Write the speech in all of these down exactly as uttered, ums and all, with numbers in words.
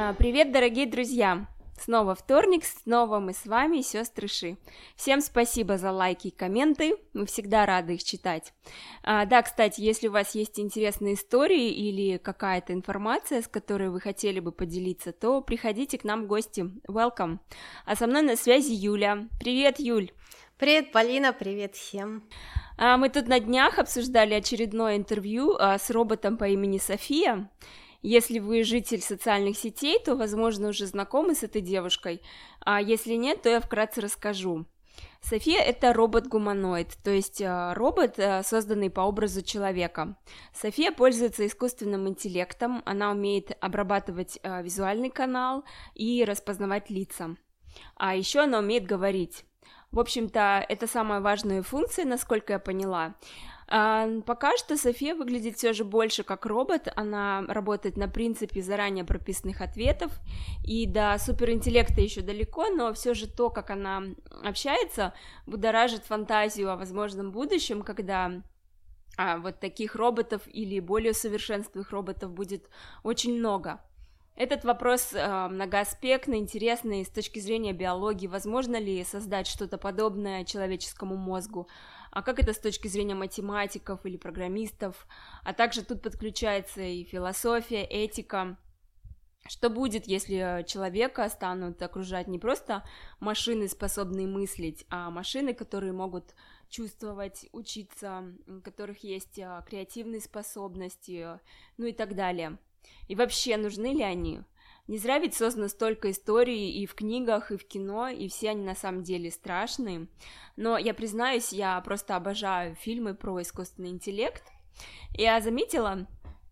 А, Привет, дорогие друзья! Снова вторник, снова мы с вами, сестры Ши. Всем спасибо за лайки и комменты, мы всегда рады их читать. А, да, кстати, если у вас есть интересные истории или какая-то информация, с которой вы хотели бы поделиться, то приходите к нам в гости. Welcome! А со мной на связи Юля. Привет, Юль! Привет, Полина, привет всем! А, мы тут на днях обсуждали очередное интервью а, с роботом по имени София. Если вы житель социальных сетей, то, возможно, уже знакомы с этой девушкой, а если нет, то я вкратце расскажу. София – это робот-гуманоид, то есть робот, созданный по образу человека. София пользуется искусственным интеллектом, она умеет обрабатывать визуальный канал и распознавать лица. А еще она умеет говорить. В общем-то, это самая важная функция, насколько я поняла. А, пока что София выглядит все же больше как робот, она работает на принципе заранее прописанных ответов, и до суперинтеллекта еще далеко, но все же то, как она общается, будоражит фантазию о возможном будущем, когда а, вот таких роботов или более усовершенствованных роботов будет очень много. Этот вопрос э, многоаспектный, интересный с точки зрения биологии. Возможно ли создать что-то подобное человеческому мозгу? А как это с точки зрения математиков или программистов? А также тут подключается и философия, этика. Что будет, если человека станут окружать не просто машины, способные мыслить, а машины, которые могут чувствовать, учиться, у которых есть креативные способности, ну и так далее. И вообще, нужны ли они? Не зря ведь создано столько историй и в книгах, и в кино, и все они на самом деле страшные. Но я признаюсь, я просто обожаю фильмы про искусственный интеллект. Я заметила,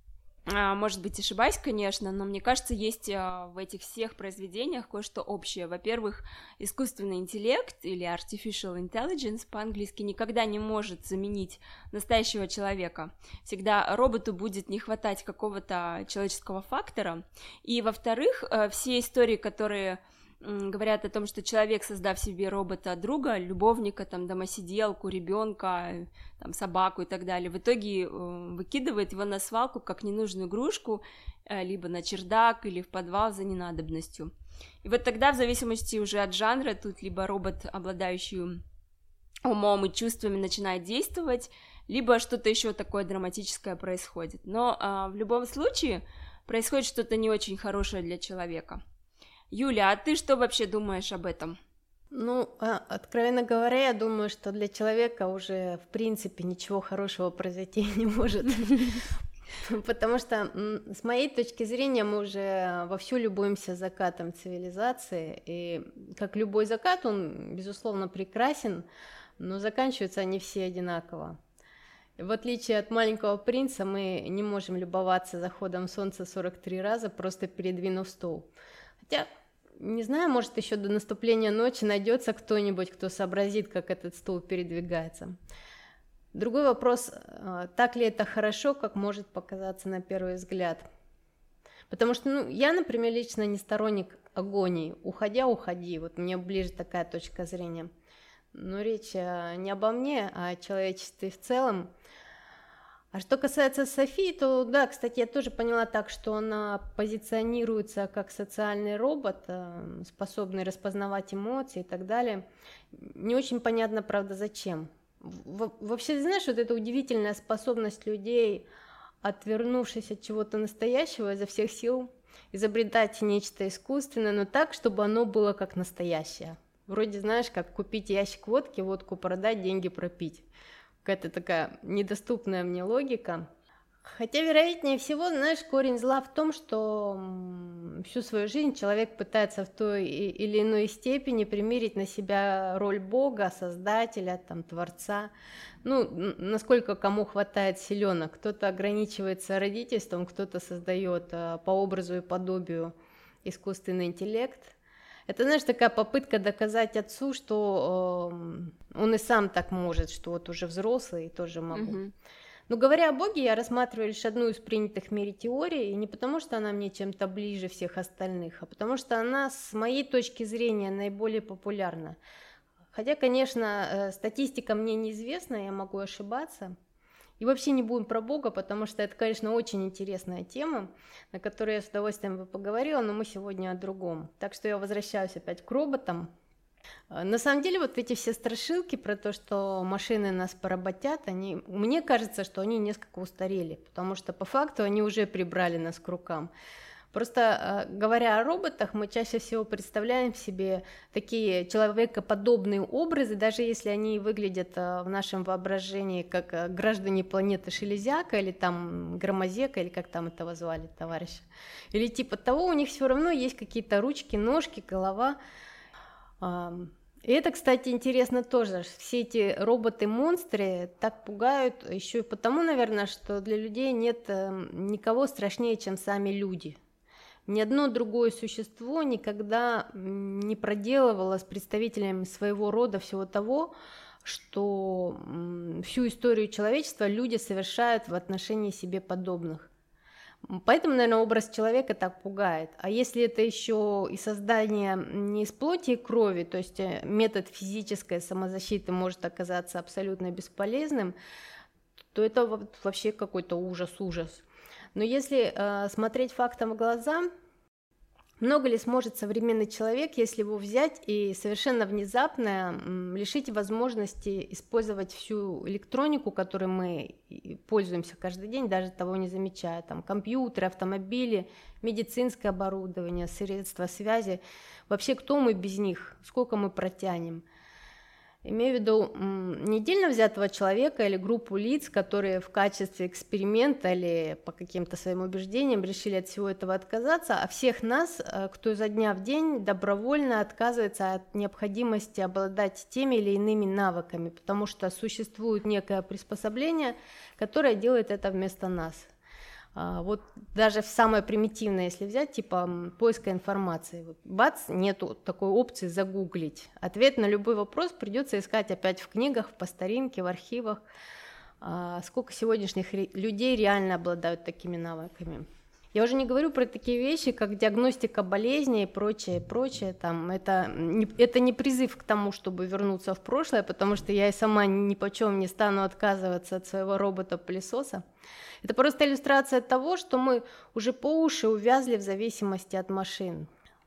может быть, ошибаюсь, конечно, но мне кажется, есть в этих всех произведениях кое-что общее. Во-первых, искусственный интеллект или artificial intelligence по-английски никогда не может заменить настоящего человека. Всегда роботу будет не хватать какого-то человеческого фактора. И, во-вторых, все истории, которые говорят о том, что человек, создав себе робота, друга, любовника, там, домосиделку, ребенка, там, собаку и так далее, в итоге э, выкидывает его на свалку как ненужную игрушку, э, либо на чердак или в подвал за ненадобностью. И вот тогда, в зависимости уже от жанра, тут либо робот, обладающий умом и чувствами, начинает действовать, либо что-то еще такое драматическое происходит. Но э, в любом случае происходит что-то не очень хорошее для человека. Юля, а ты что вообще думаешь об этом? Ну, откровенно говоря, я думаю, что для человека уже, в принципе, ничего хорошего произойти не может. Потому что, с моей точки зрения, мы уже вовсю любуемся закатом цивилизации, и как любой закат, он, безусловно, прекрасен, но заканчиваются они все одинаково. В отличие от «Маленького принца», мы не можем любоваться заходом солнца сорок три раза, просто передвинув стул. Хотя, не знаю, может, еще до наступления ночи найдется кто-нибудь, кто сообразит, как этот стул передвигается. Другой вопрос, так ли это хорошо, как может показаться на первый взгляд. Потому что, ну, я, например, лично не сторонник агонии. Уходя, уходи. Вот мне ближе такая точка зрения. Но речь не обо мне, а о человечестве в целом. А что касается Софии, то да, кстати, я тоже поняла так, что она позиционируется как социальный робот, способный распознавать эмоции и так далее. Не очень понятно, правда, зачем. Вообще, знаешь, вот эта удивительная способность людей, отвернувшись от чего-то настоящего, изо всех сил изобретать нечто искусственное, но так, чтобы оно было как настоящее. Вроде, знаешь, как купить ящик водки, водку продать, деньги пропить. Какая-то такая недоступная мне логика. Хотя, вероятнее всего, знаешь, корень зла в том, что всю свою жизнь человек пытается в той или иной степени примерить на себя роль Бога, Создателя, там, Творца. Ну, насколько кому хватает силенок. Кто-то ограничивается родительством, кто-то создает по образу и подобию искусственный интеллект. Это, знаешь, такая попытка доказать отцу, что э, он и сам так может, что вот уже взрослый и тоже могу. Mm-hmm. Но говоря о Боге, я рассматриваю лишь одну из принятых в мире теорий, и не потому, что она мне чем-то ближе всех остальных, а потому что она, с моей точки зрения, наиболее популярна. Хотя, конечно, статистика мне неизвестна, я могу ошибаться. И вообще не будем про Бога, потому что это, конечно, очень интересная тема, на которую я с удовольствием бы поговорила, но мы сегодня о другом. Так что я возвращаюсь опять к роботам. На самом деле, вот эти все страшилки про то, что машины нас поработят, они, мне кажется, что они несколько устарели, потому что по факту они уже прибрали нас к рукам. Просто говоря о роботах, мы чаще всего представляем себе такие человекоподобные образы, даже если они выглядят в нашем воображении как граждане планеты Шелезяка или там Громозека, или как там этого звали товарища, или типа того, у них все равно есть какие-то ручки, ножки, голова. И это, кстати, интересно тоже. Все эти роботы-монстры так пугают еще и потому, наверное, что для людей нет никого страшнее, чем сами люди. Ни одно другое существо никогда не проделывало с представителями своего рода всего того, что всю историю человечества люди совершают в отношении себе подобных. Поэтому, наверное, образ человека так пугает. А если это еще и создание не из плоти и крови, то есть метод физической самозащиты может оказаться абсолютно бесполезным, то это вообще какой-то ужас-ужас. Но если э, смотреть фактам в глаза, много ли сможет современный человек, если его взять и совершенно внезапно м, лишить возможности использовать всю электронику, которой мы пользуемся каждый день, даже того не замечая, там компьютеры, автомобили, медицинское оборудование, средства связи, вообще кто мы без них, сколько мы протянем? Имею в виду не отдельно взятого человека или группу лиц, которые в качестве эксперимента или по каким-то своим убеждениям решили от всего этого отказаться, а всех нас, кто изо дня в день добровольно отказывается от необходимости обладать теми или иными навыками, потому что существует некое приспособление, которое делает это вместо нас. Вот даже самое примитивное, если взять, типа поиска информации, вот, бац, нету такой опции загуглить. Ответ на любой вопрос придется искать опять в книгах, по старинке, в архивах. А сколько сегодняшних людей реально обладают такими навыками? Я уже не говорю про такие вещи, как диагностика болезней и прочее, прочее. Там, это, не, это не призыв к тому, чтобы вернуться в прошлое, потому что я и сама ни почем не стану отказываться от своего робота-пылесоса. Это просто иллюстрация того, что мы уже по уши увязли в зависимости от машин.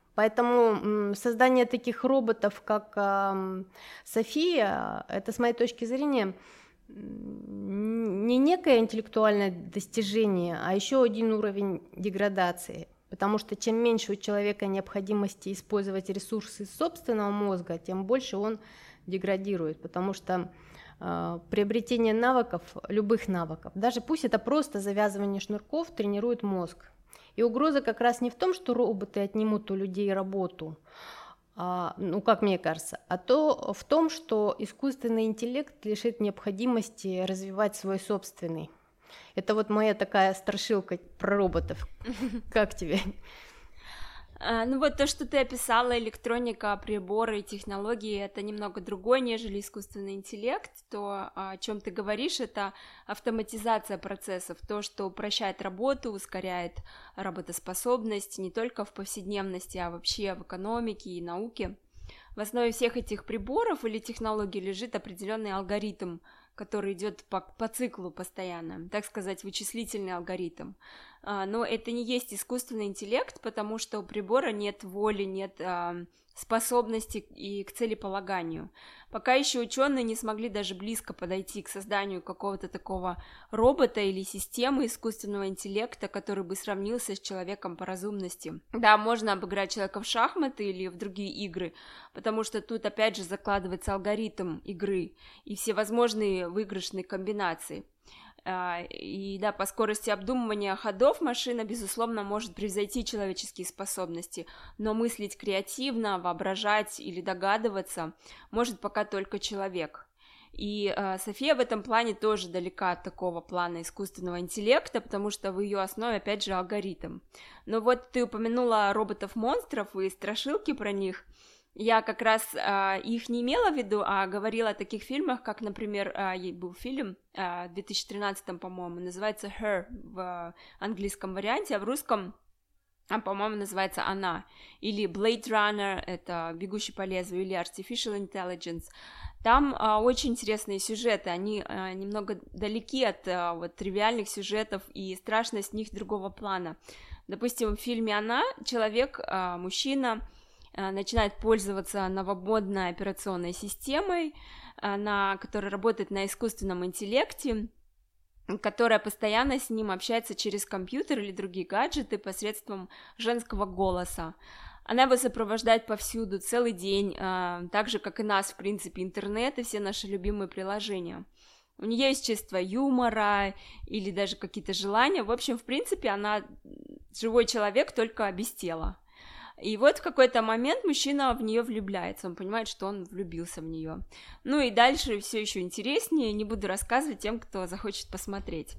Поэтому создание таких роботов, как э, София, это, с моей точки зрения, не некое интеллектуальное достижение, а еще один уровень деградации. Потому что чем меньше у человека необходимости использовать ресурсы собственного мозга, тем больше он деградирует. Потому что э, приобретение навыков, любых навыков, даже пусть это просто завязывание шнурков, тренирует мозг. И угроза как раз не в том, что роботы отнимут у людей работу, а, ну, как мне кажется, а то в том, что искусственный интеллект лишит необходимости развивать свой собственный. Это вот моя такая страшилка про роботов. Как тебе? Ну вот то, что ты описала, электроника, приборы и технологии, это немного другое, нежели искусственный интеллект. То, о чем ты говоришь, это автоматизация процессов, то, что упрощает работу, ускоряет работоспособность не только в повседневности, а вообще в экономике и науке. В основе всех этих приборов или технологий лежит определенный алгоритм, который идет по, по циклу постоянно, так сказать, вычислительный алгоритм. А, но это не есть искусственный интеллект, потому что у прибора нет воли, нет а, способности и к целеполаганию. Пока еще ученые не смогли даже близко подойти к созданию какого-то такого робота или системы искусственного интеллекта, который бы сравнился с человеком по разумности. Да, можно обыграть человека в шахматы или в другие игры, потому что тут опять же закладывается алгоритм игры и всевозможные выигрышные комбинации. И да, по скорости обдумывания ходов машина, безусловно, может превзойти человеческие способности, но мыслить креативно, воображать или догадываться может пока только человек. И э, София в этом плане тоже далека от такого плана искусственного интеллекта, потому что в ее основе, опять же, алгоритм. Но вот ты упомянула роботов-монстров и страшилки про них. Я как раз э, их не имела в виду, а говорила о таких фильмах, как, например, э, был фильм э, в две тысячи тринадцатом, по-моему, называется «Her» в английском варианте, а в русском а, по-моему, называется «Она», или Blade Runner, это «Бегущий по лезвию», или Artificial Intelligence. Там а, очень интересные сюжеты, они а, немного далеки от а, вот, тривиальных сюжетов, и страшно с них другого плана. Допустим, в фильме «Она» человек, а, мужчина, а, начинает пользоваться новомодной операционной системой, а, на, которая работает на искусственном интеллекте, которая постоянно с ним общается через компьютер или другие гаджеты посредством женского голоса. Она его сопровождает повсюду, целый день, так же, как и нас, в принципе, интернет и все наши любимые приложения. У нее есть чувство юмора или даже какие-то желания. В общем, в принципе, она живой человек, только без тела. И вот в какой-то момент мужчина в нее влюбляется, он понимает, что он влюбился в нее. Ну и дальше все еще интереснее, не буду рассказывать тем, кто захочет посмотреть.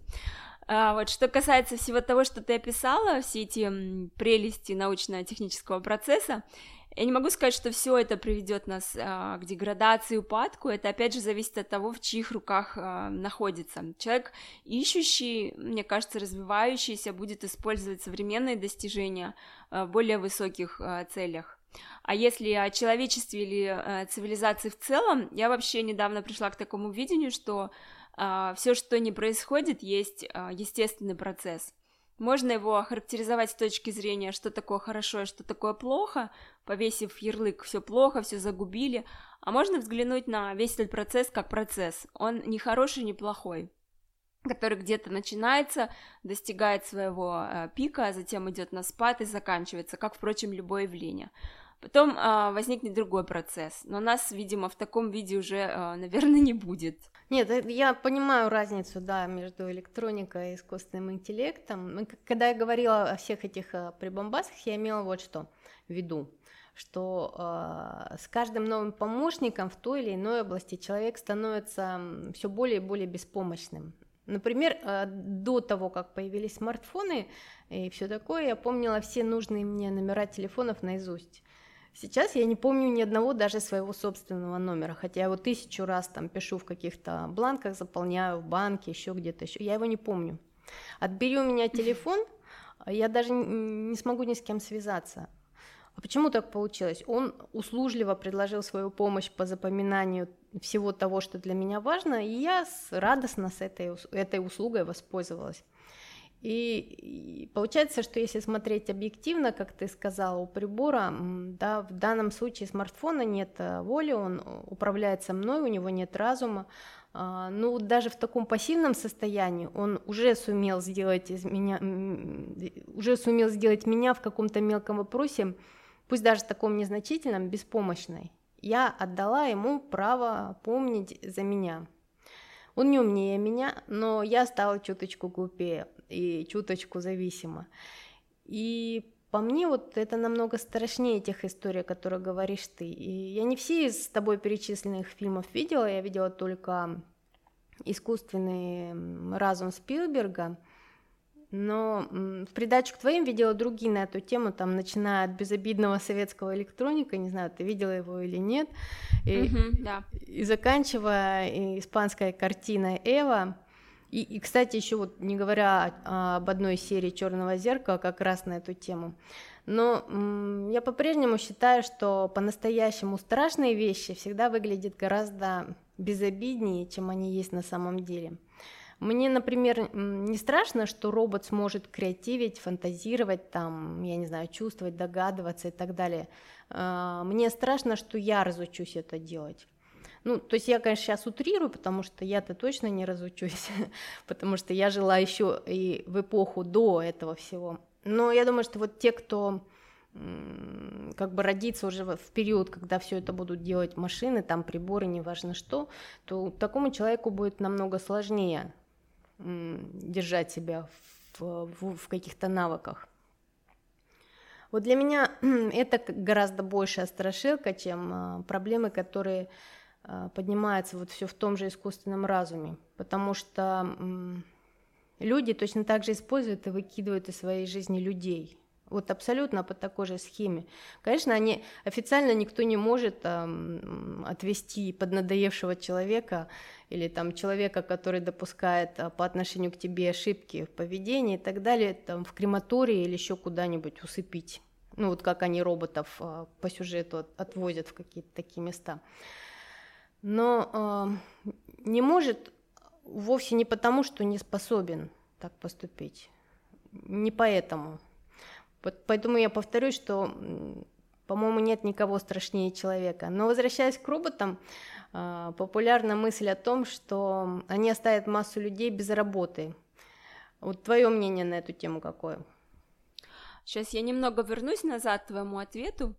А вот что касается всего того, что ты описала, все эти прелести научно-технического процесса, я не могу сказать, что все это приведет нас а, к деградации, упадку. Это опять же зависит от того, в чьих руках а, находится. Человек, ищущий, мне кажется, развивающийся, будет использовать современные достижения а, в более высоких а, целях. А если о человечестве или а, цивилизации в целом, я вообще недавно пришла к такому видению, что а, все, что не происходит, есть а, естественный процесс. Можно его охарактеризовать с точки зрения, что такое хорошо и что такое плохо, повесив ярлык «все плохо, все загубили», а можно взглянуть на весь этот процесс как процесс. Он не хороший, не плохой, который где-то начинается, достигает своего э, пика, а затем идет на спад и заканчивается, как, впрочем, любое явление. Потом э, возникнет другой процесс, но нас, видимо, в таком виде уже, э, наверное, не будет. Нет, я понимаю разницу, да, между электроникой и искусственным интеллектом. Когда я говорила о всех этих прибамбасах, я имела вот что в виду, что э, с каждым новым помощником в той или иной области человек становится все более и более беспомощным. Например, э, до того, как появились смартфоны и все такое, я помнила все нужные мне номера телефонов наизусть. Сейчас я не помню ни одного даже своего собственного номера, хотя я его тысячу раз там пишу в каких-то бланках, заполняю в банке, еще где-то еще, я его не помню. Отбери у меня телефон, я даже не смогу ни с кем связаться. А почему так получилось? Он услужливо предложил свою помощь по запоминанию всего того, что для меня важно, и я радостно с этой, этой услугой воспользовалась. И, и получается, что если смотреть объективно, как ты сказала, у прибора, да, в данном случае смартфона нет воли, он управляется мной, у него нет разума. А, ну, даже в таком пассивном состоянии он уже сумел сделать из меня, уже сумел сделать меня в каком-то мелком вопросе, пусть даже таком незначительном, беспомощной. Я отдала ему право помнить за меня. Он не умнее меня, но я стала чуточку глупее и чуточку зависима. И по мне вот это намного страшнее тех историй, о которых говоришь ты. И я не все из с тобой перечисленных фильмов видела, я видела только «Искусственный разум» Спилберга, но в придачу к твоим видела другие на эту тему, там, начиная от безобидного советского электроника, не знаю, ты видела его или нет, и, mm-hmm, да. и заканчивая испанской картиной «Эва». И, и, кстати, еще вот не говоря об одной серии «Черного зеркала», как раз на эту тему, но м, я по-прежнему считаю, что по-настоящему страшные вещи всегда выглядят гораздо безобиднее, чем они есть на самом деле. Мне, например, не страшно, что робот сможет креативить, фантазировать, там, я не знаю, чувствовать, догадываться и так далее. Мне страшно, что я разучусь это делать. Ну, то есть я, конечно, сейчас утрирую, потому что я-то точно не разучусь, потому что я жила еще и в эпоху до этого всего. Но я думаю, что вот те, кто как бы родится уже в период, когда все это будут делать машины, там приборы, неважно что, то такому человеку будет намного сложнее держать себя в, в, в каких-то навыках. Вот для меня это гораздо большая страшилка, чем проблемы, которые поднимаются вот все в том же искусственном разуме, потому что люди точно так же используют и выкидывают из своей жизни людей. Вот абсолютно по такой же схеме. Конечно, они официально никто не может там, отвести поднадоевшего человека или там человека, который допускает а, по отношению к тебе ошибки в поведении и так далее, там, в крематории или еще куда-нибудь усыпить. Ну вот как они роботов а, по сюжету от, отвозят в какие-то такие места. Но а, не может вовсе не потому, что не способен так поступить. Не поэтому. Поэтому я повторюсь, что, по-моему, нет никого страшнее человека. Но возвращаясь к роботам, популярна мысль о том, что они оставят массу людей без работы. Вот твое мнение на эту тему какое? Сейчас я немного вернусь назад к твоему ответу.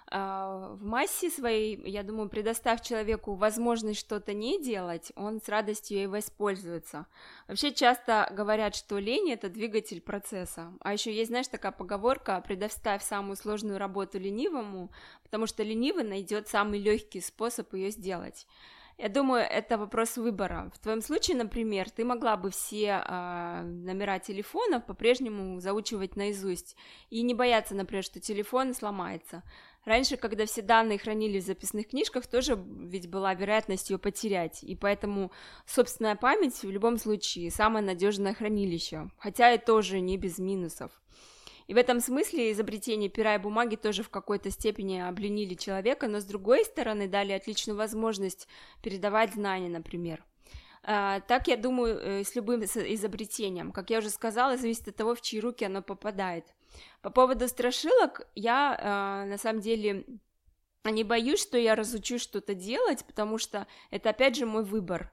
В массе своей, я думаю, предоставь человеку возможность что-то не делать, он с радостью ей воспользуется. Вообще часто говорят, что лень – это двигатель процесса. А еще есть, знаешь, такая поговорка: предоставь самую сложную работу ленивому, потому что ленивый найдет самый легкий способ ее сделать. Я думаю, это вопрос выбора. В твоем случае, например, ты могла бы все э, номера телефонов по-прежнему заучивать наизусть и не бояться, например, что телефон сломается. Раньше, когда все данные хранились в записных книжках, тоже ведь была вероятность ее потерять, и поэтому собственная память в любом случае самое надежное хранилище, хотя и тоже не без минусов. И в этом смысле изобретение пера и бумаги тоже в какой-то степени обленили человека, но с другой стороны дали отличную возможность передавать знания, например. Так, я думаю, с любым изобретением. Как я уже сказала, зависит от того, в чьи руки оно попадает. По поводу страшилок, я на самом деле не боюсь, что я разучусь что-то делать, потому что это, опять же, мой выбор.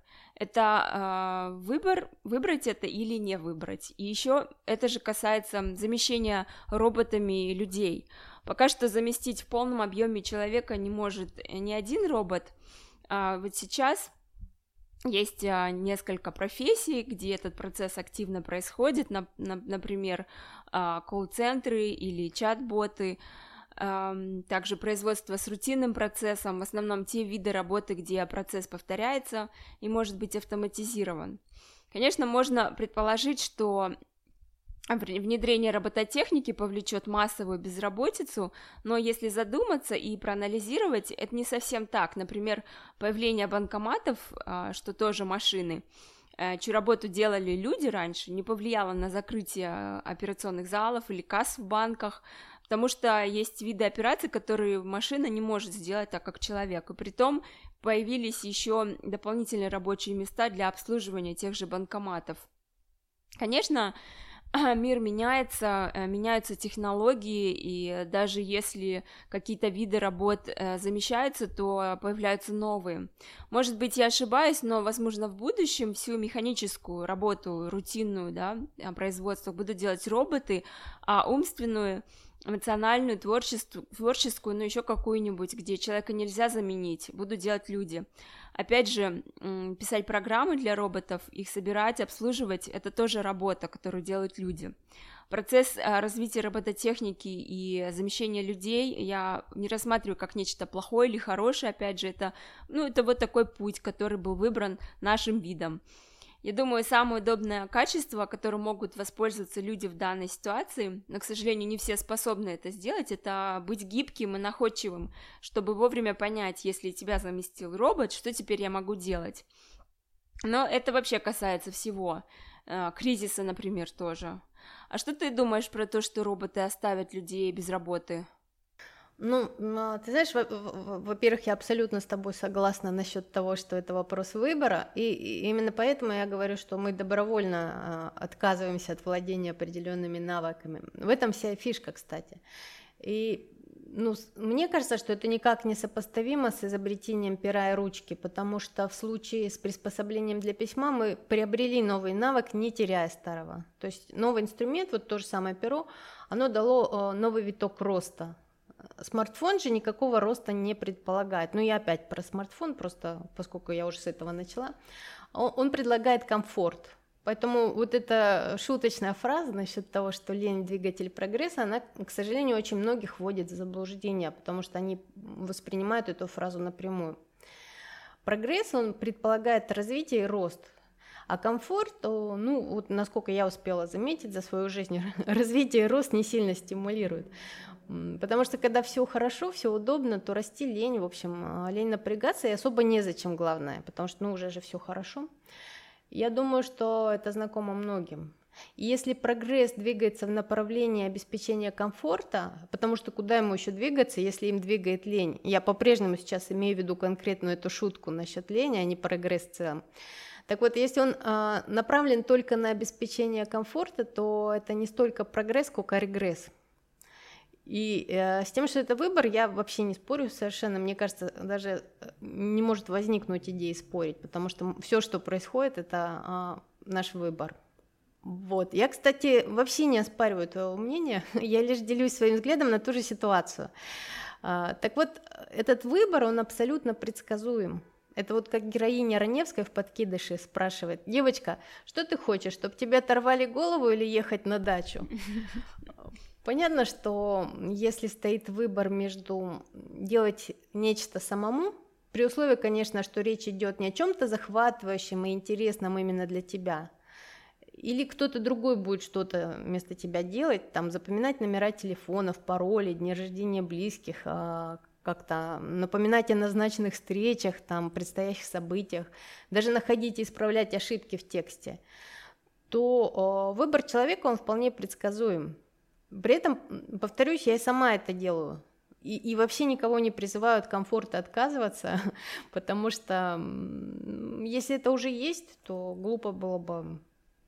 Это э, выбор, выбрать это или не выбрать. И еще это же касается замещения роботами людей. Пока что заместить в полном объеме человека не может ни один робот. А вот сейчас есть а, несколько профессий, где этот процесс активно происходит, на, на, например, а, колл-центры или чат-боты. Также производство с рутинным процессом, в основном те виды работы, где процесс повторяется и может быть автоматизирован. Конечно, можно предположить, что внедрение робототехники повлечет массовую безработицу, но если задуматься и проанализировать, это не совсем так. Например, появление банкоматов, что тоже машины, чью работу делали люди раньше, не повлияло на закрытие операционных залов или касс в банках, потому что есть виды операций, которые машина не может сделать так, как человек. И притом появились еще дополнительные рабочие места для обслуживания тех же банкоматов. Конечно, мир меняется, меняются технологии, и даже если какие-то виды работ замещаются, то появляются новые. Может быть, я ошибаюсь, но, возможно, в будущем всю механическую работу, рутинную, да, производство будут делать роботы, а умственную, эмоциональную, творческую, творческую, но еще какую-нибудь, где человека нельзя заменить, будут делать люди. Опять же, писать программы для роботов, их собирать, обслуживать, это тоже работа, которую делают люди. Процесс развития робототехники и замещения людей я не рассматриваю как нечто плохое или хорошее, опять же, это, ну, это вот такой путь, который был выбран нашим видом. Я думаю, самое удобное качество, которым могут воспользоваться люди в данной ситуации, но, к сожалению, не все способны это сделать, это быть гибким и находчивым, чтобы вовремя понять, если тебя заместил робот, что теперь я могу делать. Но это вообще касается всего, кризиса, например, тоже. А что ты думаешь про то, что роботы оставят людей без работы? Ну, ты знаешь, во-первых, я абсолютно с тобой согласна насчет того, что это вопрос выбора, и именно поэтому я говорю, что мы добровольно отказываемся от владения определенными навыками. В этом вся фишка, кстати. И ну, мне кажется, что это никак не сопоставимо с изобретением пера и ручки, потому что в случае с приспособлением для письма мы приобрели новый навык, не теряя старого. То есть новый инструмент, вот то же самое перо, оно дало новый виток роста. Смартфон же никакого роста не предполагает. Ну, я опять про смартфон, просто поскольку я уже с этого начала. Он предлагает комфорт. Поэтому вот эта шуточная фраза насчет того, что лень – двигатель прогресса, она, к сожалению, очень многих вводит в заблуждение, потому что они воспринимают эту фразу напрямую. Прогресс, он предполагает развитие и рост. А комфорт, ну, вот насколько я успела заметить за свою жизнь, развитие и рост не сильно стимулирует. Потому что когда все хорошо, все удобно, то расти лень, в общем, лень напрягаться, и особо незачем, главное, потому что, ну, уже же все хорошо. Я думаю, что это знакомо многим. И если прогресс двигается в направлении обеспечения комфорта, потому что куда ему еще двигаться, если им двигает лень? Я по-прежнему сейчас имею в виду конкретную эту шутку насчет лени, а не прогресс в целом. Так вот, если он э, направлен только на обеспечение комфорта, то это не столько прогресс, сколько регресс. И э, с тем, что это выбор, я вообще не спорю совершенно. Мне кажется, даже не может возникнуть идеи спорить, потому что все, что происходит, это э, наш выбор. Вот. Я, кстати, вообще не оспариваю твоего мнения, я лишь делюсь своим взглядом на ту же ситуацию. А, так вот, этот выбор, он абсолютно предсказуем. Это вот как героиня Раневской в «Подкидыше» спрашивает: девочка, что ты хочешь, чтобы тебе оторвали голову или ехать на дачу? Понятно, что если стоит выбор между делать нечто самому, при условии, конечно, что речь идет не о чем-то захватывающем и интересном именно для тебя, или кто-то другой будет что-то вместо тебя делать, там, запоминать номера телефонов, пароли, дни рождения близких, как-то напоминать о назначенных встречах, там, предстоящих событиях, даже находить и исправлять ошибки в тексте, то выбор человека, он вполне предсказуем. При этом, повторюсь, я и сама это делаю. И, и вообще никого не призываю от комфорта отказываться, потому что если это уже есть, то глупо было бы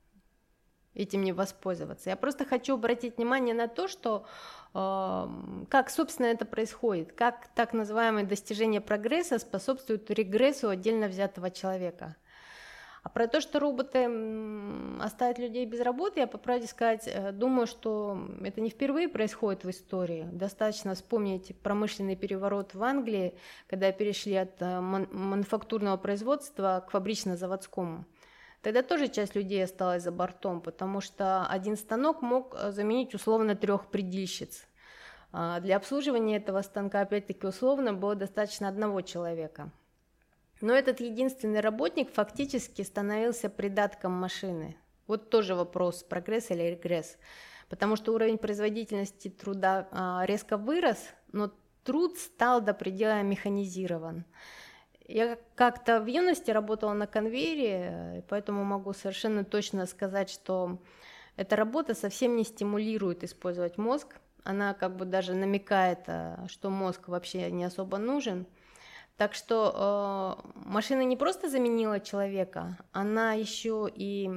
этим не воспользоваться. Я просто хочу обратить внимание на то, что э, как, собственно, это происходит, как так называемое достижение прогресса способствует регрессу отдельно взятого человека. А про то, что роботы оставят людей без работы, я, по правде сказать, думаю, что это не впервые происходит в истории. Достаточно вспомнить промышленный переворот в Англии, когда перешли от мануфактурного производства к фабрично-заводскому. Тогда тоже часть людей осталась за бортом, потому что один станок мог заменить условно трех предельщиц. Для обслуживания этого станка, опять-таки условно, было достаточно одного человека. Но этот единственный работник фактически становился придатком машины. Вот тоже вопрос, прогресс или регресс. Потому что уровень производительности труда резко вырос, но труд стал до предела механизирован. Я как-то в юности работала на конвейере, поэтому могу совершенно точно сказать, что эта работа совсем не стимулирует использовать мозг. Она как бы даже намекает, что мозг вообще не особо нужен. Так что э, машина не просто заменила человека, она еще и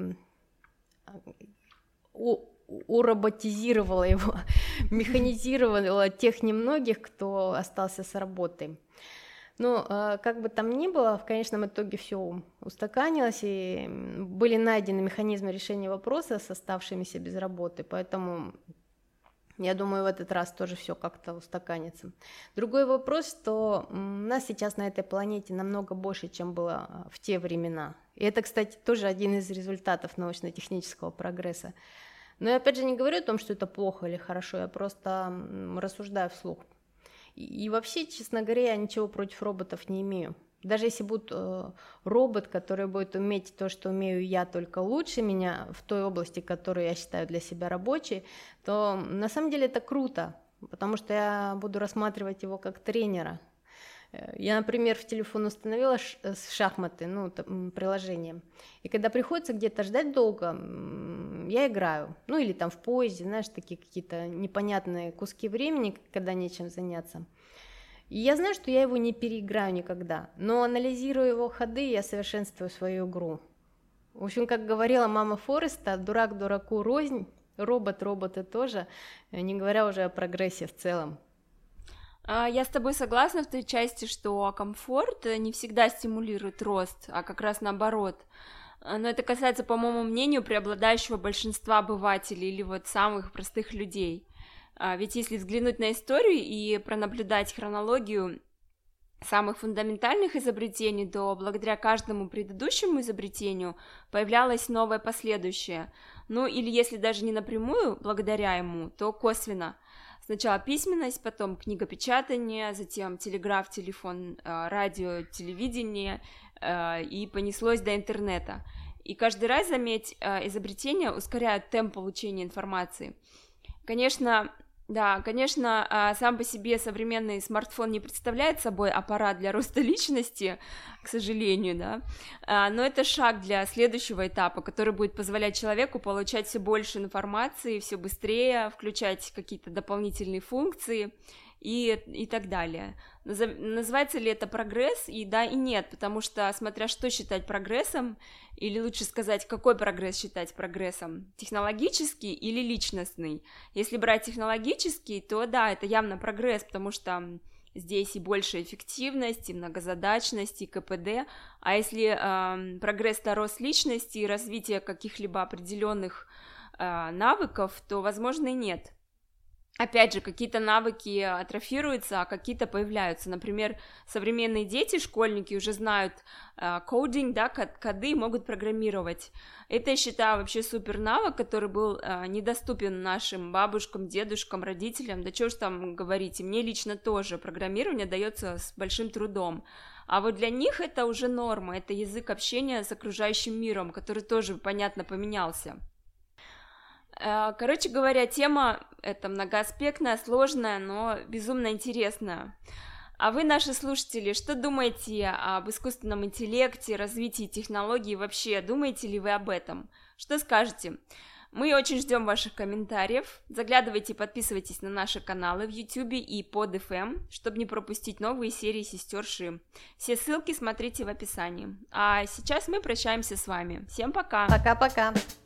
у, уроботизировала его, механизировала тех немногих, кто остался с работой. Но э, как бы там ни было, в конечном итоге все устаканилось, и были найдены механизмы решения вопроса с оставшимися без работы, поэтому я думаю, в этот раз тоже все как-то устаканится. Другой вопрос, что нас сейчас на этой планете намного больше, чем было в те времена. И это, кстати, тоже один из результатов научно-технического прогресса. Но я опять же не говорю о том, что это плохо или хорошо, я просто рассуждаю вслух. И, и вообще, честно говоря, я ничего против роботов не имею. Даже если будет э, робот, который будет уметь то, что умею я, только лучше меня в той области, которую я считаю для себя рабочей, то на самом деле это круто, потому что я буду рассматривать его как тренера. Я, например, в телефон установила ш- шахматы, ну, там, приложение, и когда приходится где-то ждать долго, я играю, ну или там в поезде, знаешь, такие какие-то непонятные куски времени, когда нечем заняться. И я знаю, что я его не переиграю никогда, но анализируя его ходы, я совершенствую свою игру. В общем, как говорила мама Фореста, дурак дураку рознь, робот роботы тоже, не говоря уже о прогрессе в целом. Я с тобой согласна в той части, что комфорт не всегда стимулирует рост, а как раз наоборот. Но это касается, по моему мнению, преобладающего большинства обывателей или вот самых простых людей. Ведь если взглянуть на историю и пронаблюдать хронологию самых фундаментальных изобретений, то благодаря каждому предыдущему изобретению появлялось новое последующее. Ну или если даже не напрямую благодаря ему, то косвенно. Сначала письменность, потом книгопечатание, затем телеграф, телефон, радио, телевидение, и понеслось до интернета. И каждый раз, заметь, изобретения ускоряют темп получения информации. Конечно, да, конечно, сам по себе современный смартфон не представляет собой аппарат для роста личности, к сожалению, да, но это шаг для следующего этапа, который будет позволять человеку получать все больше информации, все быстрее, включать какие-то дополнительные функции и, и так далее. Называется ли это прогресс? И да, и нет, потому что, смотря что считать прогрессом, или лучше сказать, какой прогресс считать прогрессом, технологический или личностный. Если брать технологический, то да, это явно прогресс, потому что здесь и больше эффективность, и многозадачность, и ка пэ дэ, а если э, прогресс это рост личности и развитие каких-либо определенных э, навыков, то, возможно, и нет. Опять же, какие-то навыки атрофируются, а какие-то появляются. Например, современные дети, школьники уже знают кодинг, э, да, коды, могут программировать. Это, я считаю, вообще супер навык, который был э, недоступен нашим бабушкам, дедушкам, родителям. Да что ж там говорить, и мне лично тоже программирование дается с большим трудом. А вот для них это уже норма, это язык общения с окружающим миром, который тоже, понятно, поменялся. Короче говоря, тема эта многоаспектная, сложная, но безумно интересная. А вы, наши слушатели, что думаете об искусственном интеллекте, развитии технологий вообще? Думаете ли вы об этом? Что скажете? Мы очень ждем ваших комментариев. Заглядывайте, подписывайтесь на наши каналы в YouTube и под эф эм, чтобы не пропустить новые серии Сестер Ши. Все ссылки смотрите в описании. А сейчас мы прощаемся с вами. Всем пока! Пока-пока!